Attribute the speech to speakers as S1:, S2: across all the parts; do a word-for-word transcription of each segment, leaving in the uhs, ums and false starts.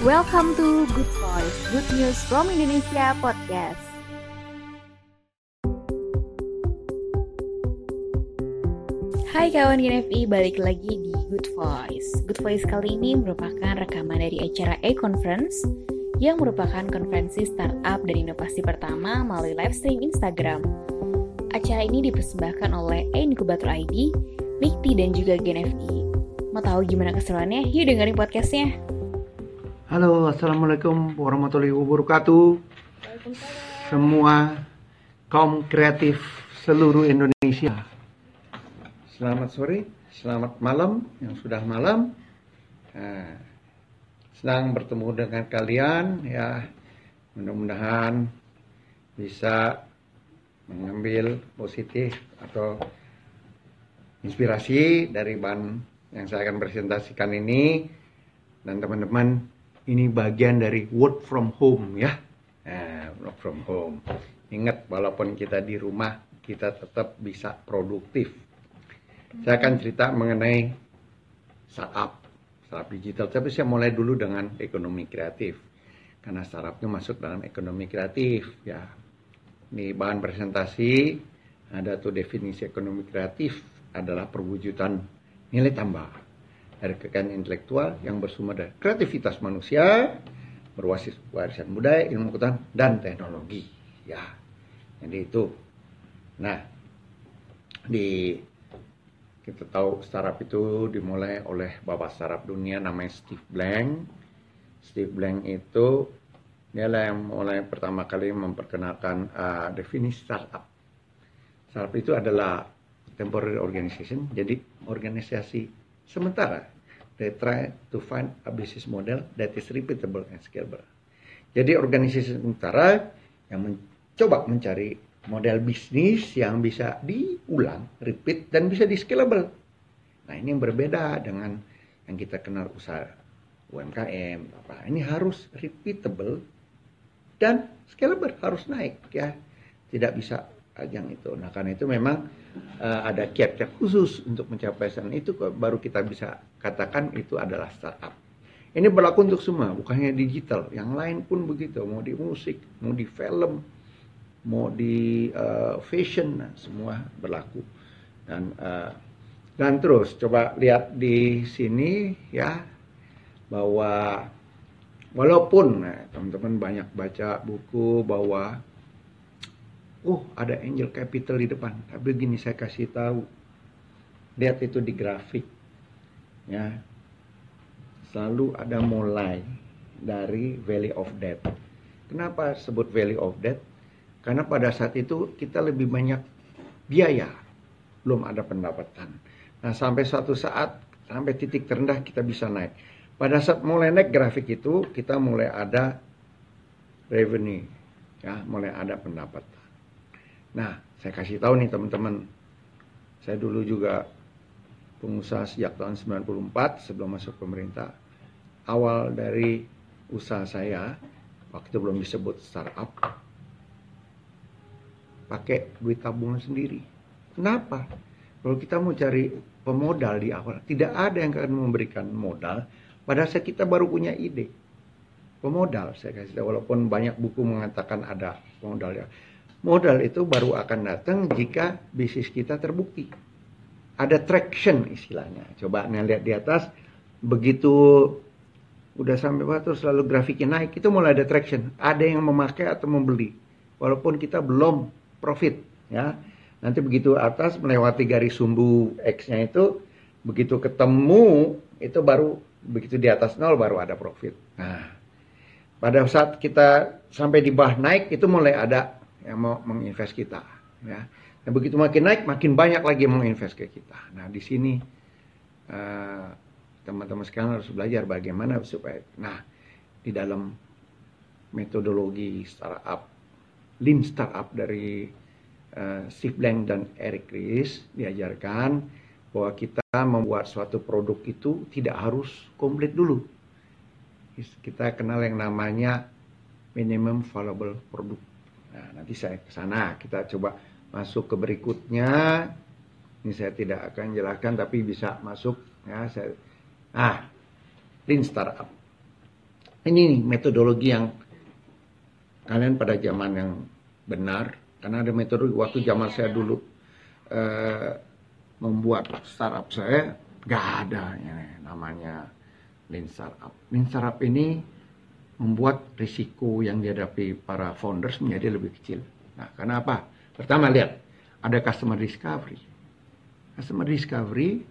S1: Welcome to Good Voice, Good News from Indonesia Podcast. Hai kawan G N F I, balik lagi di Good Voice. Good Voice kali ini merupakan rekaman dari acara E-Conference yang merupakan konferensi startup dan inovasi pertama melalui live stream Instagram. Acara ini dipersembahkan oleh E-Incubator I D, M I C T I, dan juga G N F I. Mau tahu gimana keseruannya? Yuk dengerin podcastnya.
S2: Halo, Assalamualaikum warahmatullahi wabarakatuh. Semua kaum kreatif seluruh Indonesia. Selamat sore, selamat malam, yang sudah malam. Nah, senang bertemu dengan kalian ya. Mudah-mudahan bisa mengambil positif atau inspirasi dari bahan yang saya akan presentasikan ini. Dan teman-teman, ini bagian dari work from home ya. Nah, work from home. Ingat, walaupun kita di rumah, kita tetap bisa produktif. Saya akan cerita mengenai startup, startup digital. Tapi saya mulai dulu dengan ekonomi kreatif. Karena startupnya masuk dalam ekonomi kreatif ya. Di bahan presentasi ada tuh definisi ekonomi kreatif adalah perwujudan nilai tambah dari kekayaan intelektual yang bersumber dari kreativitas manusia, berbasis warisan budaya, ilmu pengetahuan, dan teknologi. Ya, jadi itu. Nah, di kita tahu startup itu dimulai oleh bapak startup dunia namanya Steve Blank. Steve Blank itu dialah yang mulai pertama kali memperkenalkan uh, definisi startup. Startup itu adalah temporary organization, jadi organisasi sementara. They try to find a business model that is repeatable and scalable. Jadi organisasi sementara yang mencoba mencari model bisnis yang bisa diulang, repeat, dan bisa di-scalable. Nah, ini yang berbeda dengan yang kita kenal usaha U M K M. Apa? Ini harus repeatable dan scalable, harus naik ya. Tidak bisa ajang itu. Nah, karena itu memang uh, ada kiat-kiat khusus untuk mencapai sana itu, baru kita bisa katakan itu adalah startup. Ini berlaku untuk semua, bukan hanya digital. Yang lain pun begitu, mau di musik, mau di film, mau di uh, fashion, nah, semua berlaku. Dan uh, dan terus coba lihat di sini ya, bahwa walaupun nah, teman-teman banyak baca buku bahwa oh, ada angel capital di depan. Tapi begini saya kasih tahu. Lihat itu di grafik. Ya. Selalu ada mulai dari Valley of Death. Kenapa sebut Valley of Death? Karena pada saat itu kita lebih banyak biaya. Belum ada pendapatan. Nah, sampai suatu saat, sampai titik terendah kita bisa naik. Pada saat mulai naik grafik itu, kita mulai ada revenue. Ya, mulai ada pendapatan. Nah, saya kasih tahu nih teman-teman, saya dulu juga pengusaha sejak tahun sembilan puluh empat sebelum masuk pemerintah. Awal dari usaha saya, waktu belum disebut startup, pakai duit tabungan sendiri. Kenapa? Kalau kita mau cari pemodal di awal, tidak ada yang akan memberikan modal, pada saat kita baru punya ide. Pemodal, saya kasih tahu, walaupun banyak buku mengatakan ada pemodal ya. Modal itu baru akan datang jika bisnis kita terbukti. Ada traction istilahnya. Coba nih lihat di atas, begitu udah sampai bawah terus selalu grafiknya naik, itu mulai ada traction. Ada yang memakai atau membeli. Walaupun kita belum profit. Ya. Nanti begitu atas melewati garis sumbu X-nya itu, begitu ketemu, itu baru, begitu di atas nol baru ada profit. Nah, pada saat kita sampai di bawah naik, itu mulai ada yang mau menginvest kita, ya. Dan begitu makin naik, makin banyak lagi yang mau invest ke kita. Nah, di sini uh, teman-teman sekarang harus belajar bagaimana supaya, nah, di dalam metodologi startup, lean startup dari uh, Steve Blank dan Eric Ries diajarkan bahwa kita membuat suatu produk itu tidak harus komplit dulu. Kita kenal yang namanya minimum viable product. Nah, nanti saya ke sana, kita coba masuk ke berikutnya. Ini saya tidak akan jelaskan, tapi bisa masuk ya. Saya, ah, lean startup. Ini nih metodologi yang kalian pada zaman yang benar, karena ada metode waktu zaman saya dulu eh, membuat startup saya, gak ada ya, namanya Lean Startup. Lean Startup ini membuat risiko yang dihadapi para founders menjadi lebih kecil. Nah, karena apa? Pertama lihat, ada customer discovery. Customer discovery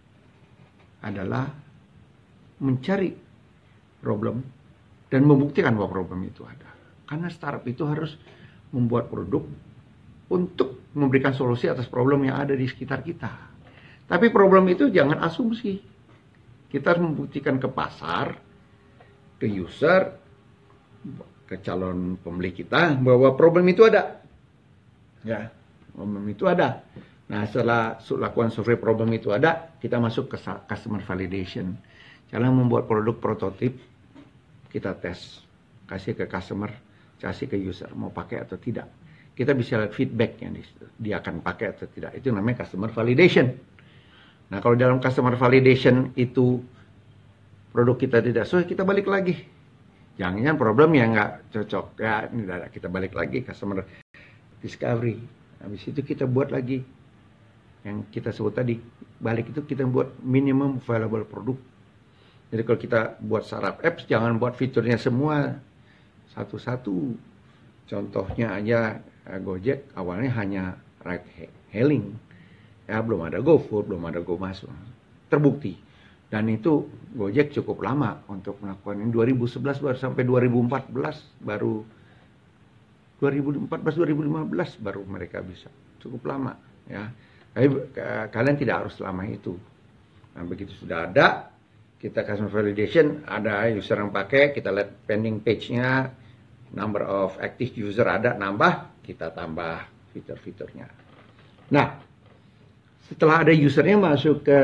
S2: adalah mencari problem dan membuktikan bahwa problem itu ada. Karena startup itu harus membuat produk untuk memberikan solusi atas problem yang ada di sekitar kita. Tapi problem itu jangan asumsi. Kita harus membuktikan ke pasar, ke user, ke calon pembeli kita bahwa problem itu ada. Ya, problem itu ada. Nah, setelah lakukan survei problem itu ada, kita masuk ke customer validation. Cara membuat produk prototip, kita tes, kasih ke customer, kasih ke user, mau pakai atau tidak. Kita bisa lihat feedbacknya di situ, dia akan pakai atau tidak. Itu namanya customer validation. Nah, kalau dalam customer validation itu produk kita tidak sesuai, kita balik lagi. Jangan-jangan problem yang nggak cocok. Ya, ini kita balik lagi customer discovery. Habis itu kita buat lagi yang kita sebut tadi, balik itu kita buat minimum viable product. Jadi kalau kita buat startup apps, jangan buat fiturnya semua satu-satu. Contohnya aja Gojek awalnya hanya ride hailing, ya belum ada GoFood, belum ada GoMasuk, terbukti. Dan itu Gojek cukup lama untuk melakukan ini. dua ribu sebelas baru sampai dua ribu empat belas baru dua ribu empat belas dua ribu lima belas baru mereka bisa. Cukup lama, ya. Tapi kalian tidak harus selama itu. Nah, begitu sudah ada, kita customer validation, ada user yang pakai, kita lihat pending page-nya, number of active user ada, nambah, kita tambah fitur-fiturnya. Nah, setelah ada usernya masuk ke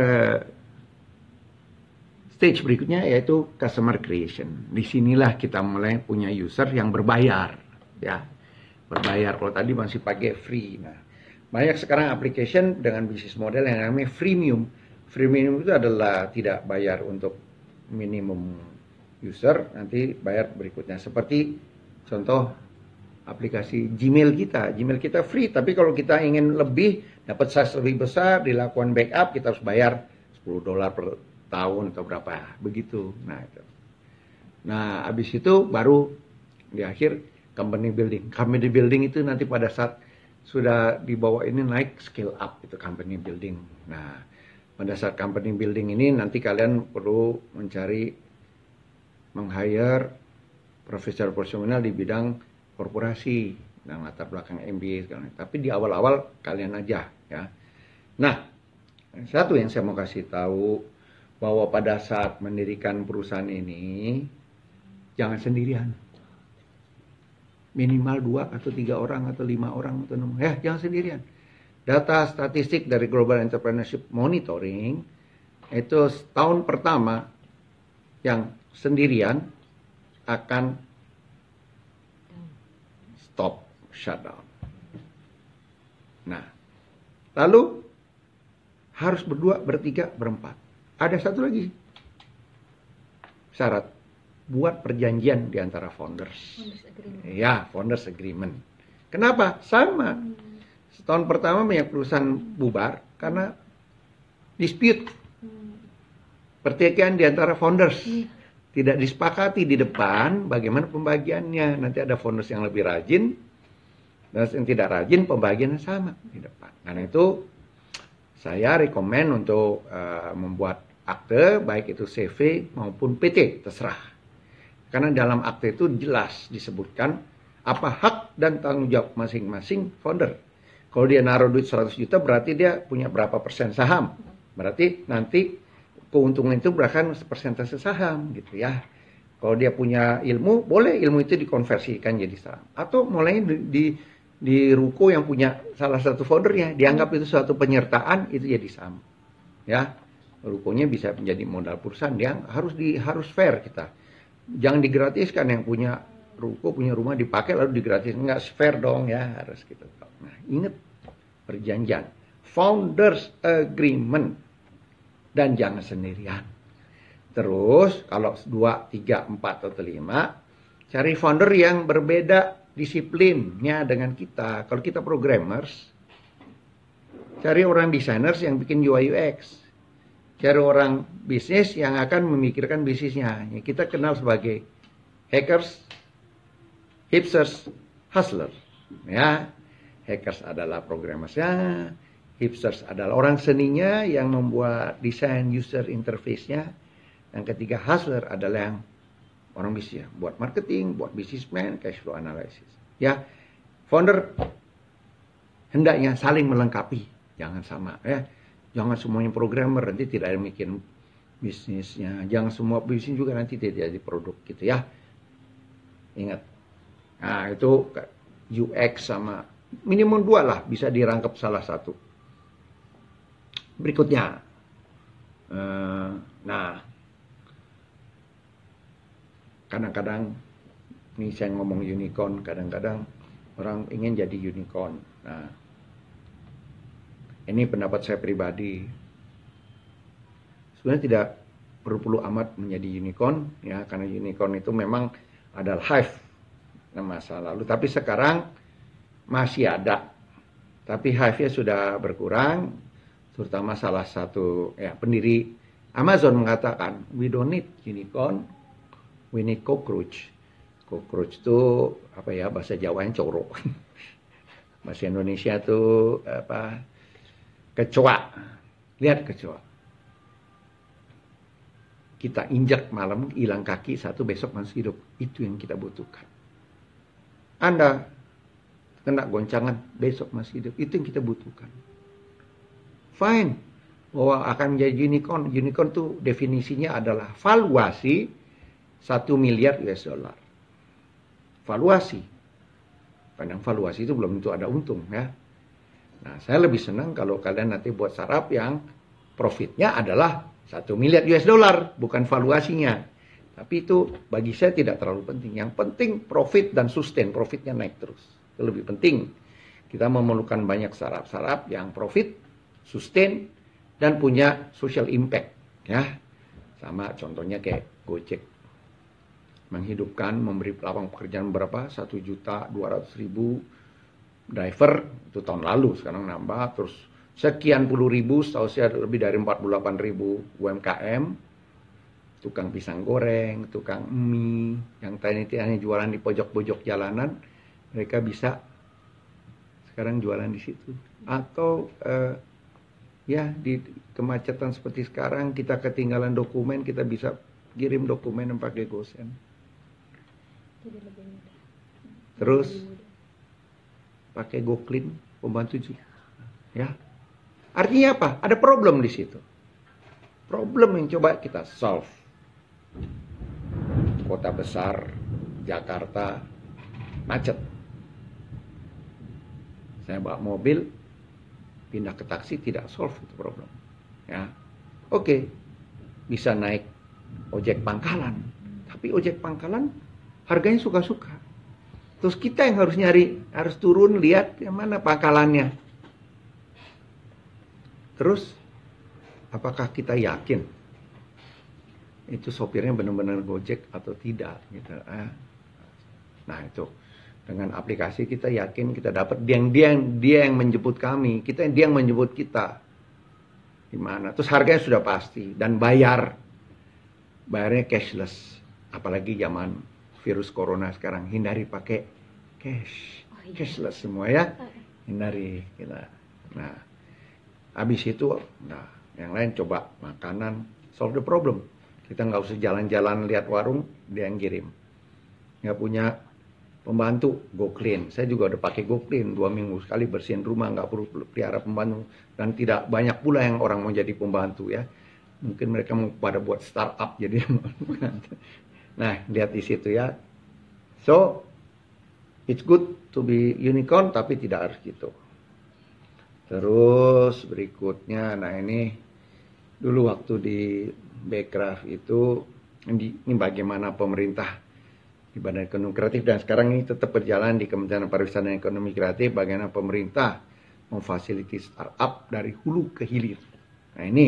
S2: stage berikutnya, yaitu customer creation. Disinilah kita mulai punya user yang berbayar, ya, berbayar. Kalau tadi masih pakai free. Nah, banyak sekarang application dengan bisnis model yang namanya freemium. Freemium itu adalah tidak bayar untuk minimum user, nanti bayar berikutnya. Seperti contoh aplikasi Gmail kita. Gmail kita free, tapi kalau kita ingin lebih, dapat size lebih besar, dilakukan backup, kita harus bayar sepuluh dolar per tahun atau berapa. Begitu. Nah, itu. Nah, habis itu baru di akhir company building. Company building itu nanti pada saat sudah dibawa ini naik scale up itu company building. Nah, pada saat company building ini nanti kalian perlu mencari meng-hire profesional-profesional di bidang korporasi dan latar belakang M B A. Tapi di awal-awal kalian aja, ya. Nah, satu yang saya mau kasih tahu bahwa pada saat mendirikan perusahaan ini jangan sendirian. Minimal dua atau tiga orang atau lima orang atau enam, ya jangan sendirian. Data statistik dari Global Entrepreneurship Monitoring itu tahun pertama yang sendirian akan stop, shutdown. Nah, lalu harus berdua, bertiga, berempat. Ada satu lagi syarat, buat perjanjian di antara founders. founders ya, founders agreement. Kenapa? Sama. Setahun pertama banyak perusahaan bubar karena dispute. Pertikaian di antara founders. Tidak disepakati di depan bagaimana pembagiannya. Nanti ada founders yang lebih rajin dan yang tidak rajin, pembagiannya sama di depan. Karena itu saya rekomen untuk uh, membuat akte, baik itu C V maupun P T, terserah. Karena dalam akte itu jelas disebutkan apa hak dan tanggung jawab masing-masing founder. Kalau dia naruh duit seratus juta berarti dia punya berapa persen saham. Berarti nanti keuntungan itu berdasarkan persentase saham gitu ya. Kalau dia punya ilmu, boleh ilmu itu dikonversikan jadi saham. Atau mulai di, di, di ruko yang punya salah satu foundernya, dianggap itu suatu penyertaan, itu jadi saham. Ya, rukonya bisa menjadi modal perusahaan, dia harus di harus fair kita. Jangan digratiskan, yang punya ruko, punya rumah dipakai lalu digratiskan. Enggak fair dong ya, harus gitu. Nah, ingat perjanjian. Founders agreement. Dan jangan sendirian. Terus kalau dua, tiga, empat atau lima, cari founder yang berbeda disiplinnya dengan kita. Kalau kita programmers, cari orang designers yang bikin U I U X. Cari orang bisnis yang akan memikirkan bisnisnya. Yang kita kenal sebagai hackers, hipsters, hustler. Ya, hackers adalah programmersnya, hipsters adalah orang seninya yang membuat desain user interface-nya. Yang ketiga, hustler adalah yang orang bisnis, buat marketing, buat business plan, cash flow analysis. Ya, founder hendaknya saling melengkapi, jangan sama ya. Jangan semuanya programmer, nanti tidak ada bikin bisnisnya. Jangan semua bisnis juga nanti tidak jadi produk gitu ya. Ingat. Nah, itu U X sama minimum dua lah bisa dirangkap salah satu. Berikutnya. Nah, kadang-kadang ini saya ngomong unicorn, kadang-kadang orang ingin jadi unicorn. Nah, ini pendapat saya pribadi. Sebenarnya tidak perlu-perlu amat menjadi unicorn, ya, karena unicorn itu memang adalah hive masa lalu. Tapi sekarang masih ada. Tapi hive-nya sudah berkurang, terutama salah satu ya, pendiri Amazon mengatakan, we don't need unicorn, we need cockroach. Cockroach itu apa ya, bahasa Jawanya coro. Bahasa Indonesia itu apa? Kecoa. Lihat kecoa. Kita injak malam, hilang kaki, satu besok masih hidup. Itu yang kita butuhkan. Anda kena goncangan, besok masih hidup. Itu yang kita butuhkan. Fine. Bahwa akan menjadi unicorn. Unicorn itu definisinya adalah valuasi satu miliar U S dollar. Valuasi. Kadang valuasi itu belum tentu ada untung ya. Nah, saya lebih senang kalau kalian nanti buat startup yang profitnya adalah satu miliar U S dollar, bukan valuasinya. Tapi itu bagi saya tidak terlalu penting. Yang penting profit dan sustain, profitnya naik terus. Itu lebih penting. Kita memerlukan banyak startup-startup yang profit, sustain, dan punya social impact. Ya, sama contohnya kayak Gojek. Menghidupkan, memberi lapangan pekerjaan berapa? satu juta dua ratus ribu driver itu tahun lalu, sekarang nambah terus sekian puluh ribu, setahu saya lebih dari empat puluh delapan ribu U M K M, tukang pisang goreng, tukang mie, yang tadi hanya jualan di pojok-pojok jalanan, mereka bisa sekarang jualan di situ. Atau eh, ya di kemacetan seperti sekarang kita ketinggalan dokumen, kita bisa kirim dokumen yang pakai GoSend. Terus pakai GoClean, pembantu juga. Ya. Artinya apa? Ada problem di situ. Problem yang coba kita solve. Kota besar, Jakarta, macet. Saya bawa mobil, pindah ke taksi, tidak solve itu problem. Ya. Oke, bisa naik ojek pangkalan. Tapi ojek pangkalan harganya suka-suka. Terus kita yang harus nyari, harus turun lihat yang mana pangkalannya. Terus, apakah kita yakin itu sopirnya benar-benar Gojek atau tidak? Gitu. Nah itu, dengan aplikasi kita yakin kita dapat dia yang dia yang dia yang menjemput kami, kita dia yang menjemput kita. Di mana? Terus harganya sudah pasti dan bayar, bayarnya cashless. Apalagi zaman virus corona sekarang, hindari pakai cash, oh, iya. Cashless semua ya, hindari kita. Nah, habis itu, nah yang lain coba makanan, solve the problem. Kita nggak usah jalan-jalan lihat warung, dia yang kirim. Nggak punya pembantu, GoClean. Saya juga udah pakai GoClean dua minggu sekali bersihin rumah, nggak perlu pelihara pembantu. Dan tidak banyak pula yang orang mau jadi pembantu ya. Mungkin mereka mau pada buat startup jadi. Nah, lihat di situ ya. So, it's good to be unicorn, tapi tidak harus gitu. Terus berikutnya, nah ini dulu waktu di Backcraft itu, ini, ini bagaimana pemerintah di Badan Ekonomi Kreatif, dan sekarang ini tetap berjalan di Kementerian Pariwisata dan Ekonomi Kreatif, bagaimana pemerintah memfasilitasi startup dari hulu ke hilir. Nah ini,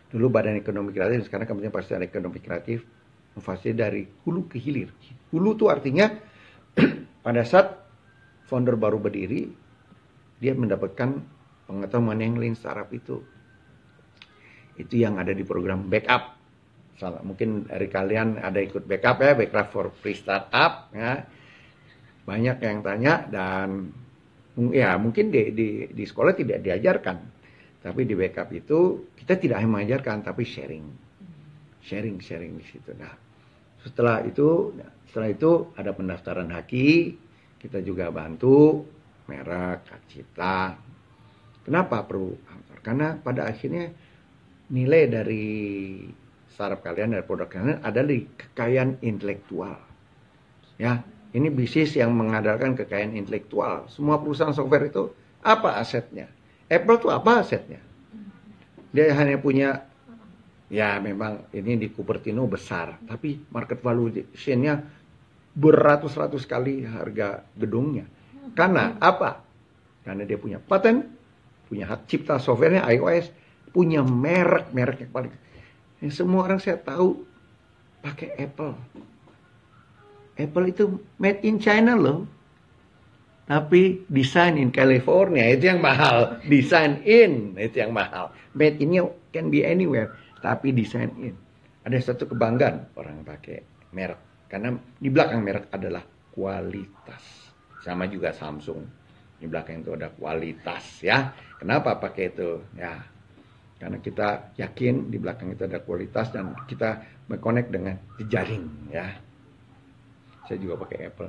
S2: Dulu Badan Ekonomi Kreatif, sekarang Kementerian Pariwisata dan Ekonomi Kreatif memfasilitasi dari hulu ke hilir. Hulu itu artinya pada saat founder baru berdiri, dia mendapatkan pengetahuan yang lain startup itu. Itu yang ada di program backup. Salah, mungkin dari kalian ada ikut backup ya, backup for free startup ya. Banyak yang tanya dan ya mungkin di, di, di sekolah tidak diajarkan. Tapi di backup itu kita tidak hanya mengajarkan tapi sharing. Sharing, sharing di situ. Nah, setelah itu setelah itu ada pendaftaran haki, kita juga bantu merek, hak cipta. Kenapa perlu kantor? Karena pada akhirnya nilai dari startup kalian, dari produk kalian adalah di kekayaan intelektual. Ya, ini bisnis yang mengandalkan kekayaan intelektual. Semua perusahaan software itu apa asetnya? Apple itu apa asetnya? Dia hanya punya, ya memang ini di Cupertino besar, tapi market valuation-nya beratus-ratus kali harga gedungnya. Karena apa? Karena dia punya paten, punya hak cipta softwarenya iOS, punya merek-merek yang paling. Yang semua orang saya tahu pakai Apple. Apple itu made in China loh. Tapi design in California itu yang mahal. Design in itu yang mahal. Made in-nya can be anywhere. Tapi design in. Ada satu kebanggaan orang pakai merek. Karena di belakang merek adalah kualitas. Sama juga Samsung. Di belakang itu ada kualitas ya. Kenapa pakai itu? Ya, karena kita yakin di belakang itu ada kualitas dan kita mengconnect dengan jejaring ya. Saya juga pakai Apple.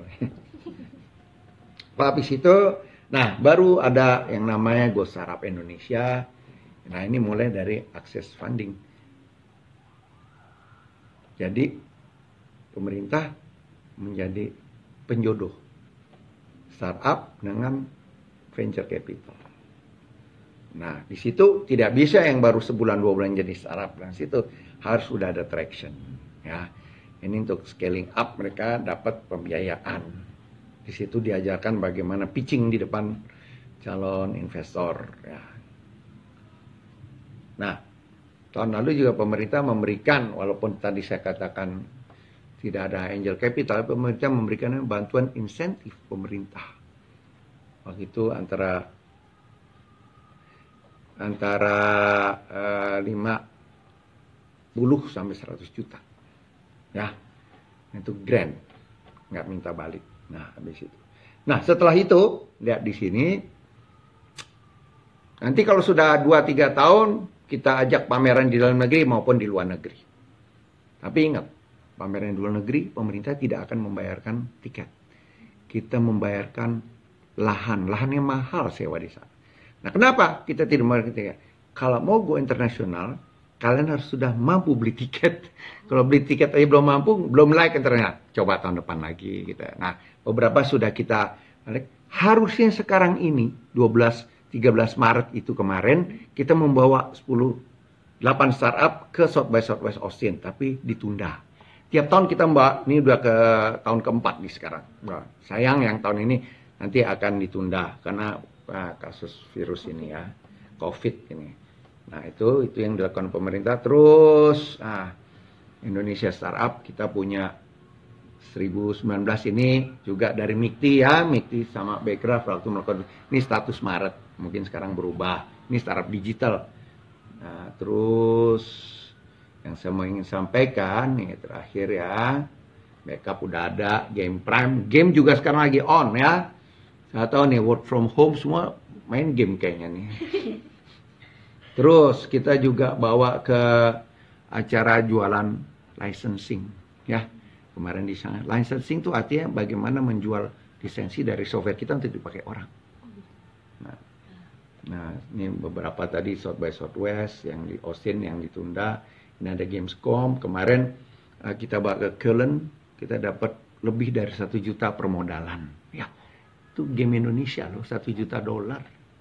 S2: Habis itu, nah baru ada yang namanya Go Startup Indonesia. Nah ini mulai dari akses funding. Jadi pemerintah menjadi penjodoh startup dengan venture capital. Nah di situ tidak bisa yang baru sebulan dua bulan jadi startup. Nah situ harus sudah ada traction. Ya, ini untuk scaling up mereka dapat pembiayaan. Di situ diajarkan bagaimana pitching di depan calon investor. Ya. Nah, tahun lalu juga pemerintah memberikan, walaupun tadi saya katakan tidak ada angel capital, pemerintah memberikan bantuan insentif pemerintah. Waktu itu antara antara uh, lima puluh sampai seratus juta. Ya, itu grant, nggak minta balik. Nah, habis itu. Nah, setelah itu, lihat di sini. Nanti kalau sudah dua tiga tahun, kita ajak pameran di dalam negeri maupun di luar negeri. Tapi ingat, pameran di luar negeri, pemerintah tidak akan membayarkan tiket. Kita membayarkan lahan. Lahannya mahal sewa di sana. Nah, kenapa kita tidak membayar tiket? Kalau mau go internasional, kalian harus sudah mampu beli tiket. Kalau beli tiket aja belum mampu, belum like internet. Coba tahun depan lagi gitu. Nah, beberapa sudah kita harusnya sekarang ini dua belas tiga belas Maret itu kemarin kita membawa sepuluh delapan startup ke South by Southwest Austin, tapi ditunda. Tiap tahun kita membawa, ini udah ke tahun keempat nih sekarang. Nah, sayang yang tahun ini nanti akan ditunda karena nah, kasus virus ini ya, COVID ini. Nah itu itu yang dilakukan pemerintah. Terus nah, Indonesia Startup kita punya seribu sembilan belas ini juga dari Mikti ya, Mikti sama Backcraft waktu melakukan ini status Maret, mungkin sekarang berubah. Ini startup digital. Nah, terus yang saya mau ingin sampaikan nih terakhir ya, backup udah ada, Game Prime, game juga sekarang lagi on ya. Saya tahu nih work from home semua main game kayaknya nih. Terus kita juga bawa ke acara jualan licensing ya. Kemarin di sana licensing itu artinya bagaimana menjual lisensi dari software kita untuk dipakai orang. Nah, nah ini beberapa tadi South by Southwest yang di Austin yang ditunda. Ini ada Gamescom kemarin uh, kita bawa ke Köln, kita dapat lebih dari satu juta permodalan. Ya, itu game Indonesia loh, satu juta dolar.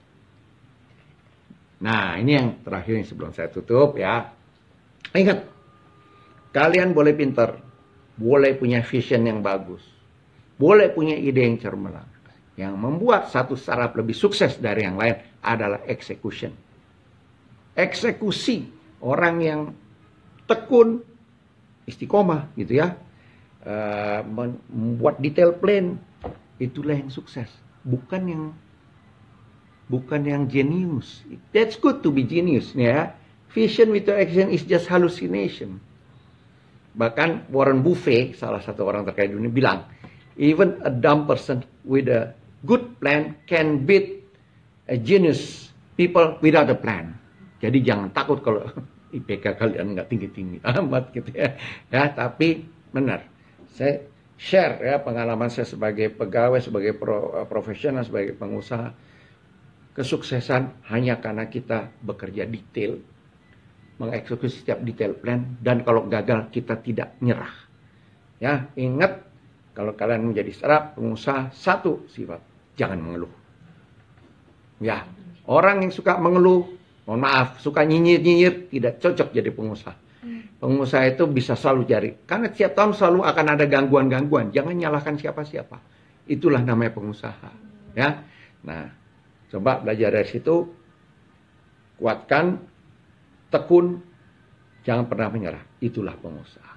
S2: Nah, ini yang terakhir nih sebelum saya tutup ya. Ingat, kalian boleh pintar, boleh punya vision yang bagus, boleh punya ide yang cemerlang. Yang membuat satu startup lebih sukses dari yang lain adalah execution. Eksekusi orang yang tekun, istiqomah gitu ya, uh, membuat detail plan, itulah yang sukses, bukan yang bukan yang genius. That's good to be genius ya. Vision without action is just hallucination. Bahkan Warren Buffett, salah satu orang terkaya dunia, bilang, even a dumb person with a good plan can beat a genius people without a plan. Jadi jangan takut kalau I P K kalian nggak tinggi-tinggi amat gitu ya. Ya, tapi benar. Saya share ya pengalaman saya sebagai pegawai, sebagai pro, profesional, sebagai pengusaha. Kesuksesan hanya karena kita bekerja detail, mengeksekusi setiap detail plan, dan kalau gagal kita tidak nyerah. Ya, ingat kalau kalian menjadi startup pengusaha, satu sifat, jangan mengeluh. Ya, orang yang suka mengeluh, mohon maaf, suka nyinyir-nyinyir, tidak cocok jadi pengusaha. Pengusaha itu bisa selalu cari, karena setiap tahun selalu akan ada gangguan-gangguan. Jangan nyalahkan siapa-siapa. Itulah namanya pengusaha. Ya, nah, coba belajar dari situ, kuatkan, tekun, jangan pernah menyerah. Itulah pengusaha.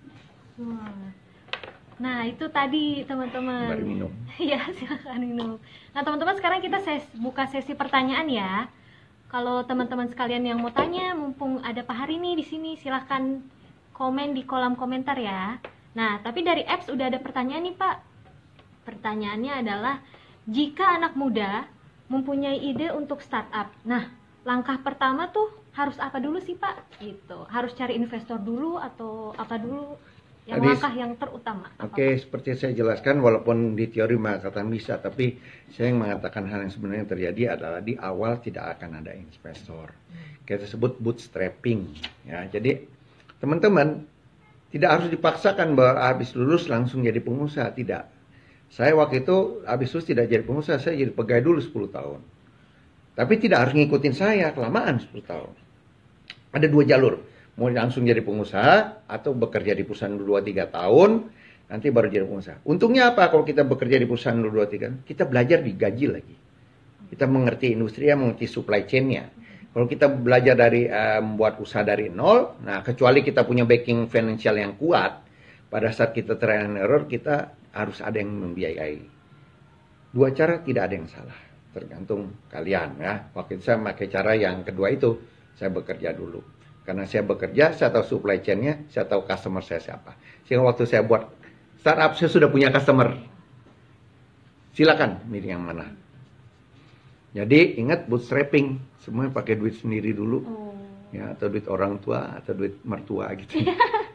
S3: Nah, itu tadi teman-teman.
S2: Mari minum.
S3: Iya, silakan minum. Nah, teman-teman, sekarang kita ses buka sesi pertanyaan ya. Kalau teman-teman sekalian yang mau tanya, mumpung ada Pak Hari nih di sini, silahkan komen di kolom komentar ya. Nah, tapi dari apps udah ada pertanyaan nih Pak. Pertanyaannya adalah, jika anak muda mempunyai ide untuk startup, nah langkah pertama tuh harus apa dulu sih Pak? Gitu. Harus cari investor dulu atau apa dulu? Yang
S2: Tadi,
S3: langkah yang terutama.
S2: Oke, okay, seperti saya jelaskan, walaupun di teori mengatakan bisa, tapi saya yang mengatakan hal yang sebenarnya terjadi adalah di awal tidak akan ada investor. Hmm. Kita sebut bootstrapping. Ya, jadi teman-teman tidak harus dipaksakan bahwa habis lulus langsung jadi pengusaha, tidak. Saya waktu itu habis lulus tidak jadi pengusaha, saya jadi pegawai dulu sepuluh tahun. Tapi tidak harus ngikutin saya, kelamaan sepuluh tahun. Ada dua jalur. Mau langsung jadi pengusaha atau bekerja di perusahaan dulu dua tiga tahun, nanti baru jadi pengusaha. Untungnya apa kalau kita bekerja di perusahaan dulu dua tiga? Kita belajar digaji lagi. Kita mengerti industri, mengerti supply chain-nya. Kalau kita belajar dari uh, membuat usaha dari nol, nah kecuali kita punya backing financial yang kuat, pada saat kita trial and error, kita harus ada yang membiayai. Dua cara tidak ada yang salah, tergantung kalian ya. Waktu itu saya pakai cara yang kedua itu, saya bekerja dulu. Karena saya bekerja, saya tahu supply chain-nya, saya tahu customer saya siapa. Sehingga waktu saya buat startup, saya sudah punya customer. Silakan milih yang mana. Jadi ingat bootstrapping, semuanya pakai duit sendiri dulu. Oh. Ya, atau duit orang tua, atau duit mertua gitu.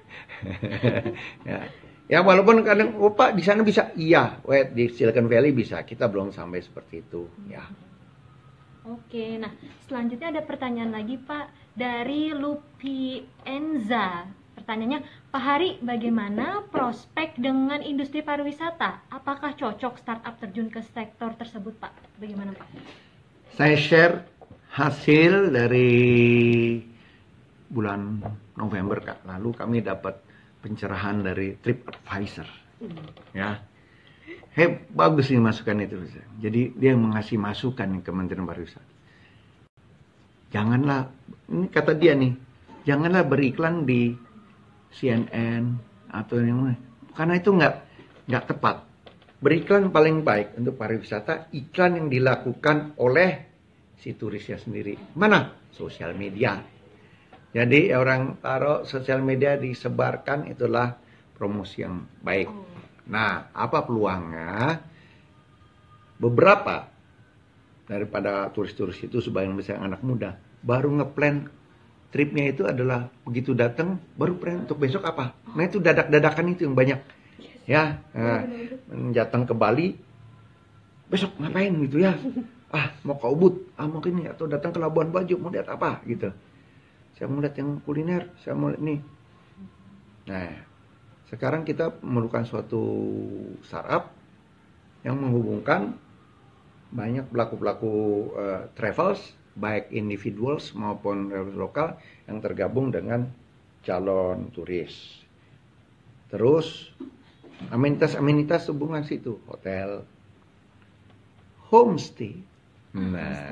S2: ya. ya walaupun kadang, oh Pak di sana bisa, iya, wait, di Silicon Valley bisa. Kita belum sampai seperti itu. Ya.
S3: Oke, nah selanjutnya ada pertanyaan lagi Pak dari Lupi Enza. Pertanyaannya, Pak Hari, bagaimana prospek dengan industri pariwisata? Apakah cocok startup terjun ke sektor tersebut Pak? Bagaimana Pak?
S2: Saya share hasil dari bulan November Kak. Lalu kami dapat pencerahan dari TripAdvisor. Hmm. Ya. Hei, bagus ini masukan itu. Jadi dia mengasih masukan ke Kementerian Pariwisata. Janganlah, ini kata dia nih, janganlah beriklan di C N N atau yang lain, karena itu nggak nggak tepat. Beriklan paling baik untuk pariwisata, iklan yang dilakukan oleh si turisnya sendiri. Mana? Sosial media. Jadi orang taruh sosial media disebarkan, itulah promosi yang baik. Nah, apa peluangnya? Beberapa daripada turis-turis itu sebagian besar anak muda baru ngeplan tripnya itu adalah begitu datang baru plan untuk besok apa. Nah itu dadak-dadakan itu yang banyak. Ya, nah, datang ke Bali besok ngapain gitu ya? Ah mau ke Ubud, ah mau ke ini, atau datang ke Labuan Bajo mau lihat apa gitu. Saya mau lihat yang kuliner, saya mau lihat ini. Nah, sekarang kita memerlukan suatu startup yang menghubungkan banyak pelaku-pelaku uh, travels, baik individuals maupun lokal yang tergabung dengan calon turis. Terus amenitas-amenitas hubungan situ, hotel, homestay. Nah,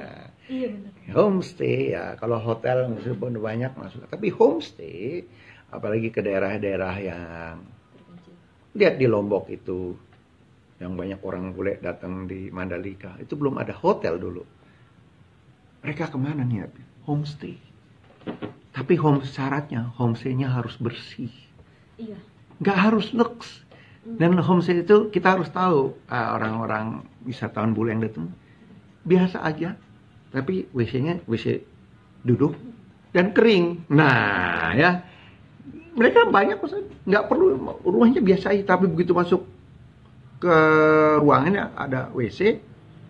S3: Iya benar.
S2: Homestay ya, kalau hotel meskipun banyak masuk, tapi homestay apalagi ke daerah-daerah yang lihat di Lombok itu yang banyak orang bule datang di Mandalika, itu belum ada hotel dulu. Mereka kemana nih? Homestay. Tapi home syaratnya homestay-nya harus bersih.
S3: Iya.
S2: Nggak harus lux. Dan homestay itu kita harus tahu uh, orang-orang wisatawan bule yang datang biasa aja, tapi W C-nya W C duduk dan kering. Nah ya, mereka banyak nggak perlu rumahnya biasa aja, tapi begitu masuk ke ruangannya ada W C,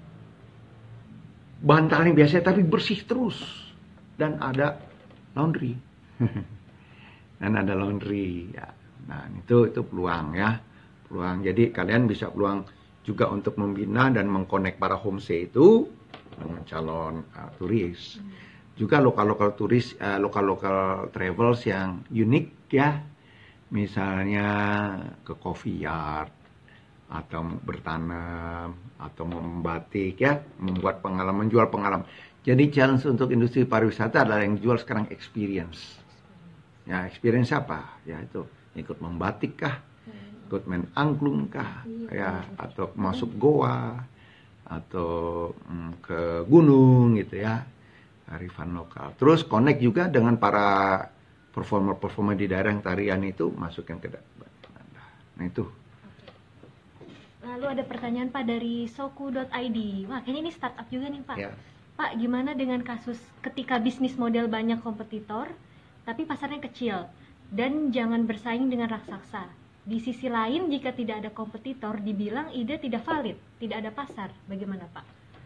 S2: bantalnya biasa tapi bersih terus, dan ada laundry. Dan ada laundry ya. Nah itu itu peluang ya, peluang. Jadi kalian bisa peluang juga untuk membina dan mengkonek para homestay itu dengan calon uh, turis. Juga lokal-lokal turis, uh, lokal-lokal travels yang unik ya. Misalnya ke coffee yard, atau bertanam, atau membatik ya, membuat pengalaman, jual pengalaman. Jadi challenge untuk industri pariwisata adalah yang jual sekarang experience. Ya, experience apa? Ya itu, ikut membatik kah? Ikut main angklung kah? Ya, atau masuk goa, atau mm, ke gunung gitu ya. Arifan lokal. Terus connect juga dengan para performer-performer di daerah yang tarian itu masukin ke daerah. Nah itu.
S3: Lalu ada pertanyaan Pak dari soku dot i d. Wah, kayaknya ini startup juga nih Pak.
S2: Ya.
S3: Pak, gimana dengan kasus ketika bisnis model banyak kompetitor, tapi pasarnya kecil, dan jangan bersaing dengan raksasa. Di sisi lain, jika tidak ada kompetitor, dibilang ide tidak valid, tidak ada pasar. Bagaimana Pak?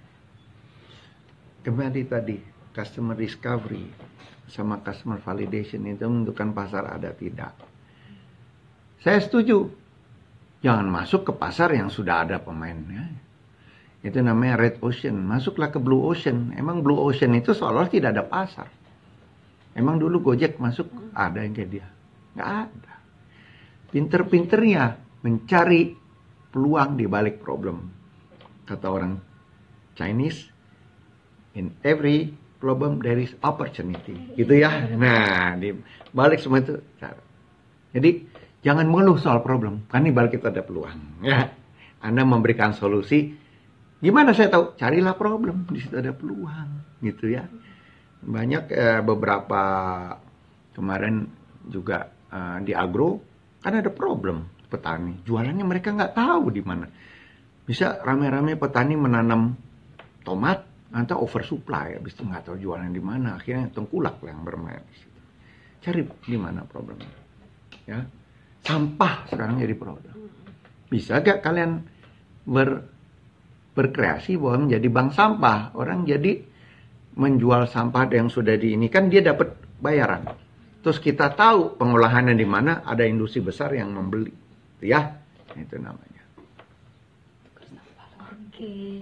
S2: Kembali tadi, customer discovery sama customer validation itu menentukan pasar ada tidak. Saya setuju. Jangan masuk ke pasar yang sudah ada pemainnya. Itu namanya red ocean. Masuklah ke blue ocean. Emang blue ocean itu seolah tidak ada pasar. Emang dulu Gojek masuk ada yang kayak dia? Nggak ada. Pinter-pinternya mencari peluang di balik problem. Kata orang Chinese, in every problem there is opportunity. Gitu ya. Nah, di balik semua itu. Jadi jangan mengeluh soal problem, kan di balik kita ada peluang. Ya, Anda memberikan solusi. Gimana saya tahu? Carilah problem, di situ ada peluang, gitu ya. Banyak eh, beberapa kemarin juga eh, di agro kan ada problem petani. Jualannya mereka nggak tahu di mana. Bisa rame-rame petani menanam tomat, nanti oversupply, habis itu nggak tahu jualan di mana. Akhirnya tengkulak yang bermain di situ. Cari di mana problemnya, ya. Sampah sekarang jadi problem. Bisa gak kalian ber, berkreasi bahwa menjadi bank sampah? Orang jadi menjual sampah yang sudah di ini kan dia dapat bayaran. Terus kita tahu pengolahannya di mana, ada industri besar yang membeli, ya itu namanya.
S3: Oke.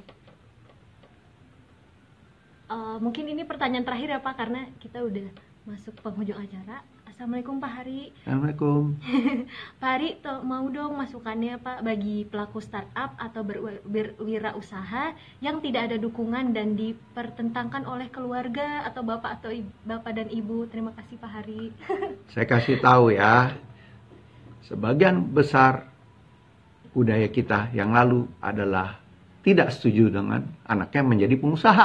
S3: Uh, mungkin ini pertanyaan terakhir ya Pak, karena kita udah masuk penghujung acara. Assalamualaikum Pak Hari.
S2: Assalamualaikum.
S3: Pak Hari, to, mau dong masukannya Pak bagi pelaku startup atau ber- berwirausaha yang tidak ada dukungan dan dipertentangkan oleh keluarga atau bapak atau ibu, bapak dan ibu. Terima kasih Pak Hari.
S2: Saya kasih tahu ya, sebagian besar budaya kita yang lalu adalah tidak setuju dengan anaknya menjadi pengusaha.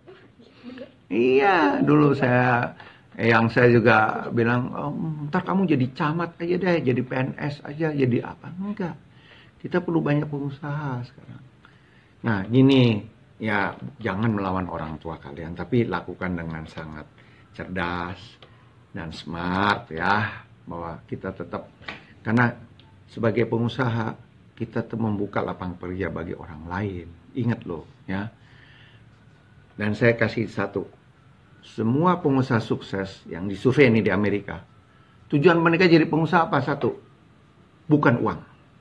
S2: Iya, dulu saya yang saya juga bilang, oh, ntar kamu jadi camat aja deh, jadi P N S aja, jadi apa? Enggak. Kita perlu banyak pengusaha sekarang. Nah, gini, ya jangan melawan orang tua kalian, tapi lakukan dengan sangat cerdas dan smart ya, bahwa kita tetap, karena sebagai pengusaha kita tetap membuka lapangan kerja bagi orang lain. Ingat loh, ya. Dan saya kasih satu. Semua pengusaha sukses yang disurvei ini di Amerika, tujuan mereka jadi pengusaha apa? Satu, bukan uang.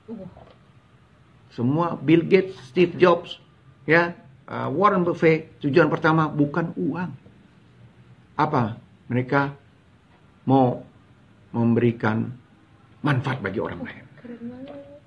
S2: Semua Bill Gates, Steve Jobs, ya, uh, Warren Buffett, tujuan pertama bukan uang. Apa? Mereka mau memberikan manfaat bagi orang lain.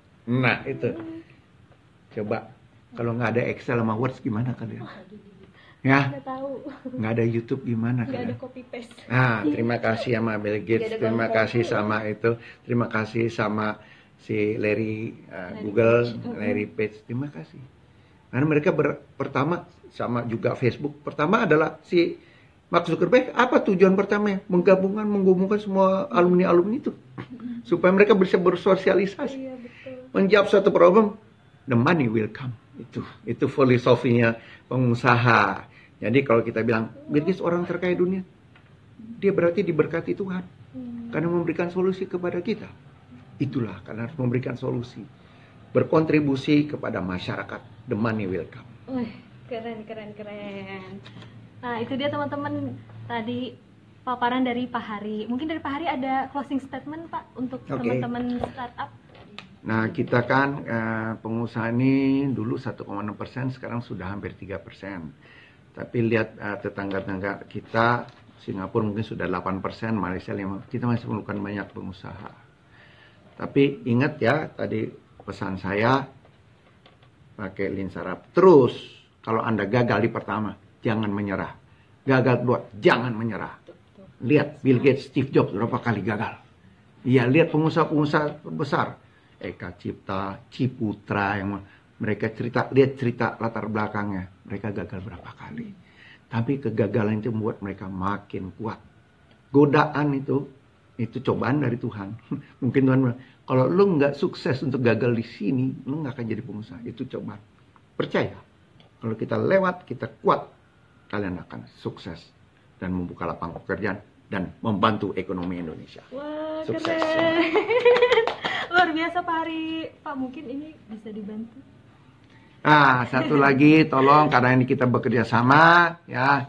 S2: Nah itu, coba kalau nggak ada Excel sama Word gimana kalian? Ya,
S3: Nggak tahu.
S2: nggak ada YouTube gimana
S3: Nggak ada
S2: kalian?
S3: copy paste.
S2: Nah, terima kasih sama Bill Gates,
S1: ada
S2: terima
S1: konten.
S2: kasih sama itu, terima kasih sama si Larry uh,
S3: Larry
S2: Google,
S3: Page. Mm-mm.
S2: Larry Page, terima kasih. Karena mereka ber- pertama sama juga Facebook. Pertama adalah si Mark Zuckerberg, apa tujuan pertamanya? Menggabungkan, menggabungkan semua alumni-alumni itu supaya mereka bisa bersosialisasi.
S3: Iya betul.
S2: Menjawab suatu problem, the money will come. Itu itu filosofinya pengusaha. Jadi kalau kita bilang Bill Gates orang terkaya dunia, dia berarti diberkati Tuhan
S3: Hmm.
S2: karena memberikan solusi kepada kita. Itulah karena harus memberikan solusi, berkontribusi kepada masyarakat, the money will come.
S3: Wih, keren keren keren. Nah itu dia teman-teman tadi paparan dari Pak Hari. Mungkin dari Pak Hari ada closing statement Pak untuk
S2: Oke.
S3: teman-teman startup.
S2: Nah kita kan eh, pengusaha ini dulu satu koma enam persen, sekarang sudah hampir tiga persen. Tapi lihat eh, tetangga-tetangga kita, Singapura mungkin sudah delapan persen, Malaysia lima persen, kita masih memerlukan banyak pengusaha. Tapi ingat ya, tadi pesan saya, pakai lin saraf. Terus, kalau Anda gagal di pertama, jangan menyerah. Gagal kedua, jangan menyerah. Lihat Bill Gates, Steve Jobs, berapa kali gagal. Iya, lihat pengusaha-pengusaha besar. Eka Cipta, Ciputra, yang mereka cerita, lihat cerita latar belakangnya. Mereka gagal berapa kali. Tapi kegagalan itu membuat mereka makin kuat. Godaan itu, itu cobaan dari Tuhan. Mungkin Tuhan bilang, kalau lu nggak sukses untuk gagal di sini, lu nggak akan jadi pengusaha. Itu cobaan. Percaya. Kalau kita lewat, kita kuat, kalian akan sukses dan membuka lapangan pekerjaan dan membantu ekonomi Indonesia.
S3: Wah
S2: Sukses.
S3: keren. Luar biasa Pak Hari. Pak mungkin ini bisa dibantu.
S2: Nah, satu lagi, tolong karena ini kita bekerja sama, ya.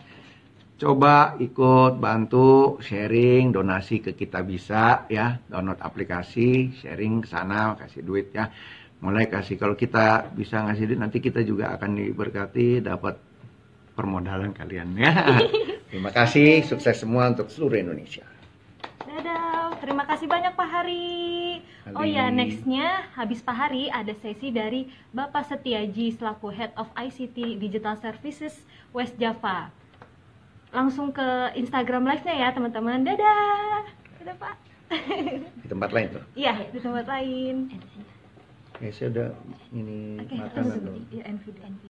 S2: Coba ikut bantu sharing, donasi ke Kita Bisa, ya. Download aplikasi, sharing ke sana, kasih duit, ya. Mulai kasih, kalau kita bisa ngasih duit, nanti kita juga akan diberkati, dapat permodalan kalian, ya. Terima kasih, sukses semua untuk seluruh Indonesia.
S3: Dadah, terima kasih banyak Pak Hari. Oh
S2: Hari.
S3: ya, nextnya habis Pak Hari ada sesi dari Bapak Setiaji selaku Head of I C T Digital Services West Java. Langsung ke Instagram live-nya ya teman-teman. Dadah. Dadah Pak.
S2: Di tempat lain tuh.
S3: Iya, di tempat lain.
S2: Oke, saya udah ini
S3: Oke,
S2: makan
S3: langsung.
S2: atau
S3: Ya, end video.